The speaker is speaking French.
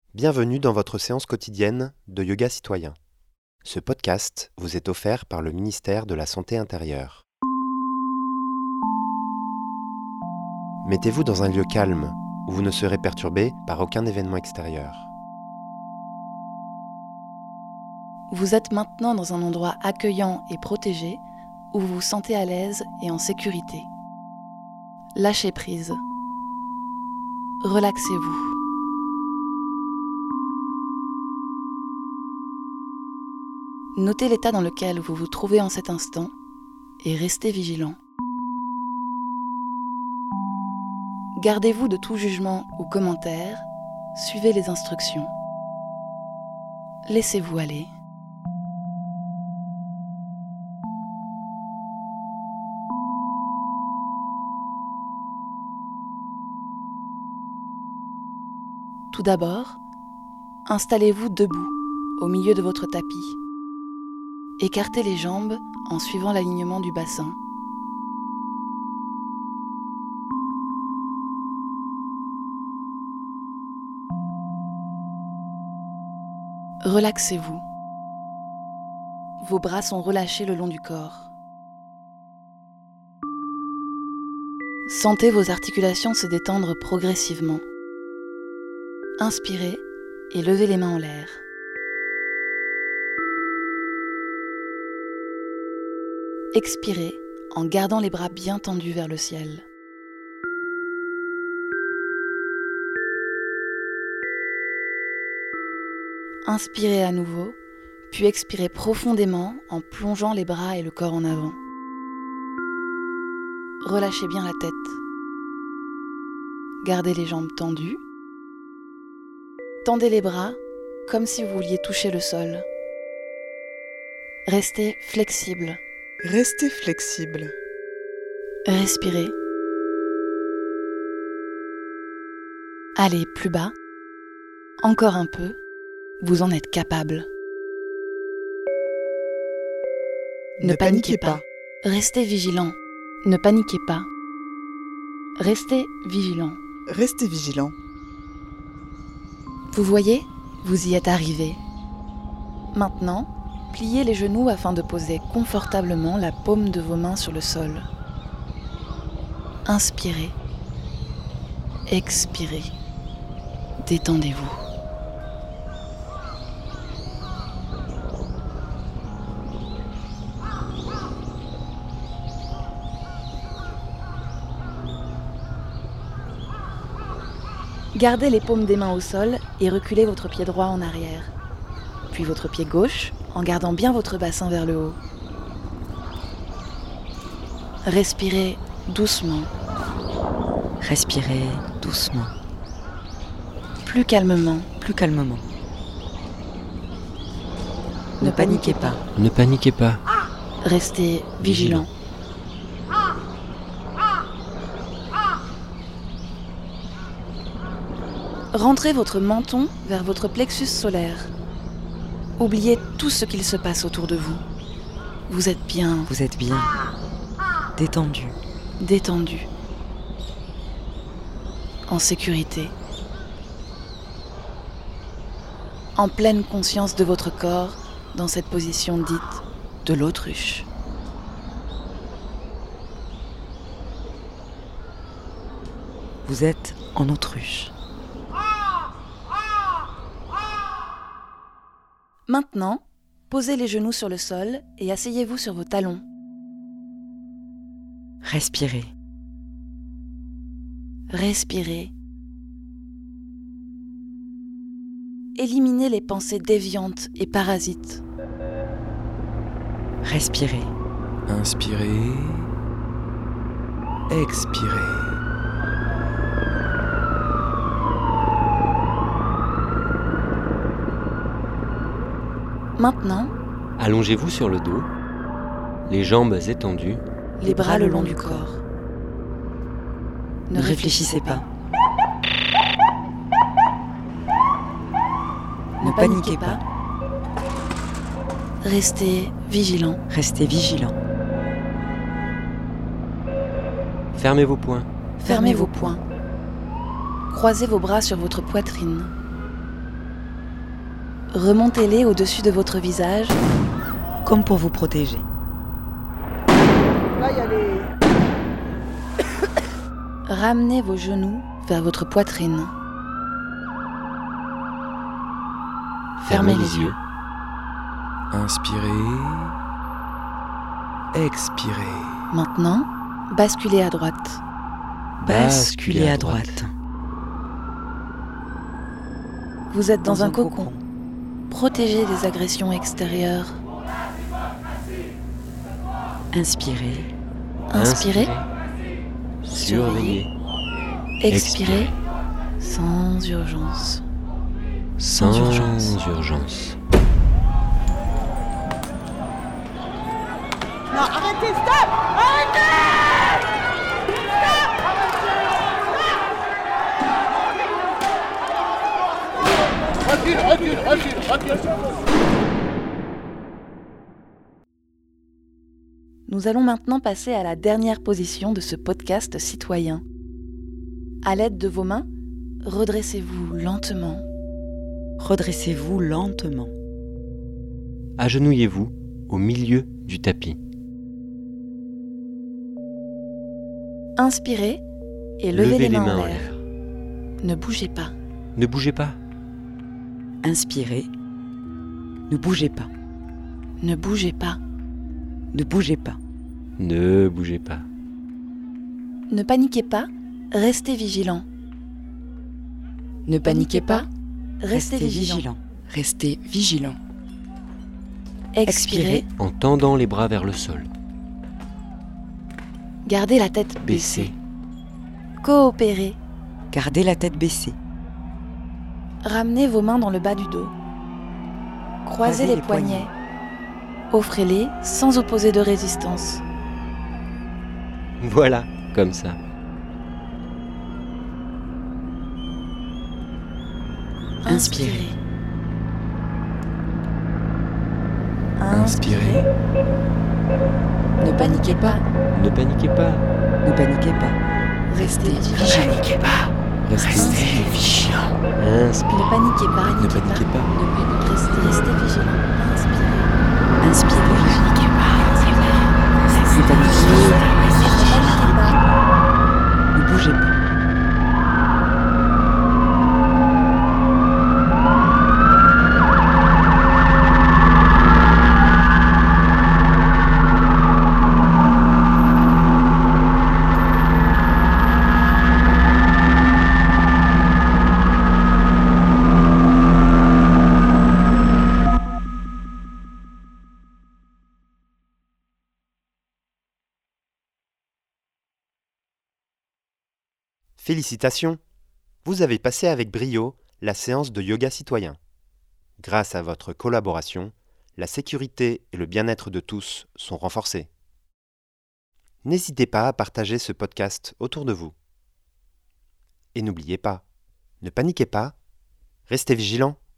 Bienvenue dans votre séance quotidienne de yoga citoyen. Ce podcast vous est offert par le ministère de la Santé intérieure. Mettez-vous dans un lieu calme où vous ne serez perturbé par aucun événement extérieur. Vous êtes maintenant dans un endroit accueillant et protégé où vous vous sentez à l'aise et en sécurité. Lâchez prise. Relaxez-vous. Notez l'état dans lequel vous vous trouvez en cet instant et restez vigilant. Gardez-vous de tout jugement ou commentaire, suivez les instructions. Laissez-vous aller. Tout d'abord, installez-vous debout au milieu de votre tapis. Écartez les jambes en suivant l'alignement du bassin. Relaxez-vous. Vos bras sont relâchés le long du corps. Sentez vos articulations se détendre progressivement. Inspirez et levez les mains en l'air. Expirez en gardant les bras bien tendus vers le ciel. Inspirez à nouveau, puis expirez profondément en plongeant les bras et le corps en avant. Relâchez bien la tête. Gardez les jambes tendues. Tendez les bras comme si vous vouliez toucher le sol. Restez flexible. Restez flexible. Respirez. Allez plus bas. Encore un peu. Vous en êtes capable. Ne paniquez pas. Restez vigilant. Ne paniquez pas. Restez vigilant. Restez vigilant. Vous voyez, vous y êtes arrivé. Maintenant, pliez les genoux afin de poser confortablement la paume de vos mains sur le sol. Inspirez. Expirez. Détendez-vous. Gardez les paumes des mains au sol et reculez votre pied droit en arrière. Puis votre pied gauche en gardant bien votre bassin vers le haut. Respirez doucement. Respirez doucement. Plus calmement. Plus calmement. Ne paniquez pas. Ne paniquez pas. Restez vigilant. Rentrez votre menton vers votre plexus solaire. Oubliez tout ce qu'il se passe autour de vous. Vous êtes bien. Vous êtes bien. Détendu. Détendu. En sécurité. En pleine conscience de votre corps dans cette position dite de l'autruche. Vous êtes en autruche. Maintenant, posez les genoux sur le sol et asseyez-vous sur vos talons. Respirez. Respirez. Éliminez les pensées déviantes et parasites. Respirez. Inspirez. Expirez. Maintenant, Allongez-vous sur le dos, les jambes étendues. les bras le long du corps. Ne réfléchissez pas. Ne paniquez pas. Restez vigilant. Restez vigilant. Fermez vos poings. Fermez vos poings. Croisez vos bras sur votre poitrine. Remontez-les au-dessus de votre visage, comme pour vous protéger. Là, il y a les... ramenez vos genoux vers votre poitrine. Fermez les yeux. Inspirez. Expirez. Maintenant, basculez à droite. Basculez à droite. Vous êtes dans un cocon, protégé des agressions extérieures. Inspirez. Inspirez, Surveillez. expirez, sans urgence. Sans urgence. urgence. Non, arrêtez, stop! Recule. Nous allons maintenant passer à la dernière position de ce podcast citoyen. À l'aide de vos mains, redressez-vous lentement. Redressez-vous lentement. Agenouillez-vous au milieu du tapis. Inspirez et levez les mains en l'air. Ne bougez pas. Ne bougez pas. Inspirez. Ne bougez pas. Ne bougez pas. Ne bougez pas. Ne bougez pas. Ne paniquez pas, restez vigilant. Ne paniquez pas, restez vigilant. vigilant. Restez vigilant. Expirez, En tendant les bras vers le sol. gardez la tête baissée. Baissez. Coopérez, Gardez la tête baissée. ramenez vos mains dans le bas du dos. Croisez les poignets. Offrez-les sans opposer de résistance. Voilà, comme ça. Inspirez. Inspirez. Ne paniquez pas, Ne paniquez pas. Ne paniquez pas. restez vigilant. Restez vigilant. Inspirez. Ne paniquez pas, Ne paniquez pas. Restez vigilant. Inspirez. Inspirez. Ne paniquez pas. Ne paniquez pas. Ne paniquez pas. Ne bougez pas. Félicitations! Vous avez passé avec brio la séance de yoga citoyen. Grâce à votre collaboration, la sécurité et le bien-être de tous sont renforcés. N'hésitez pas à partager ce podcast autour de vous. Et n'oubliez pas, ne paniquez pas, restez vigilants.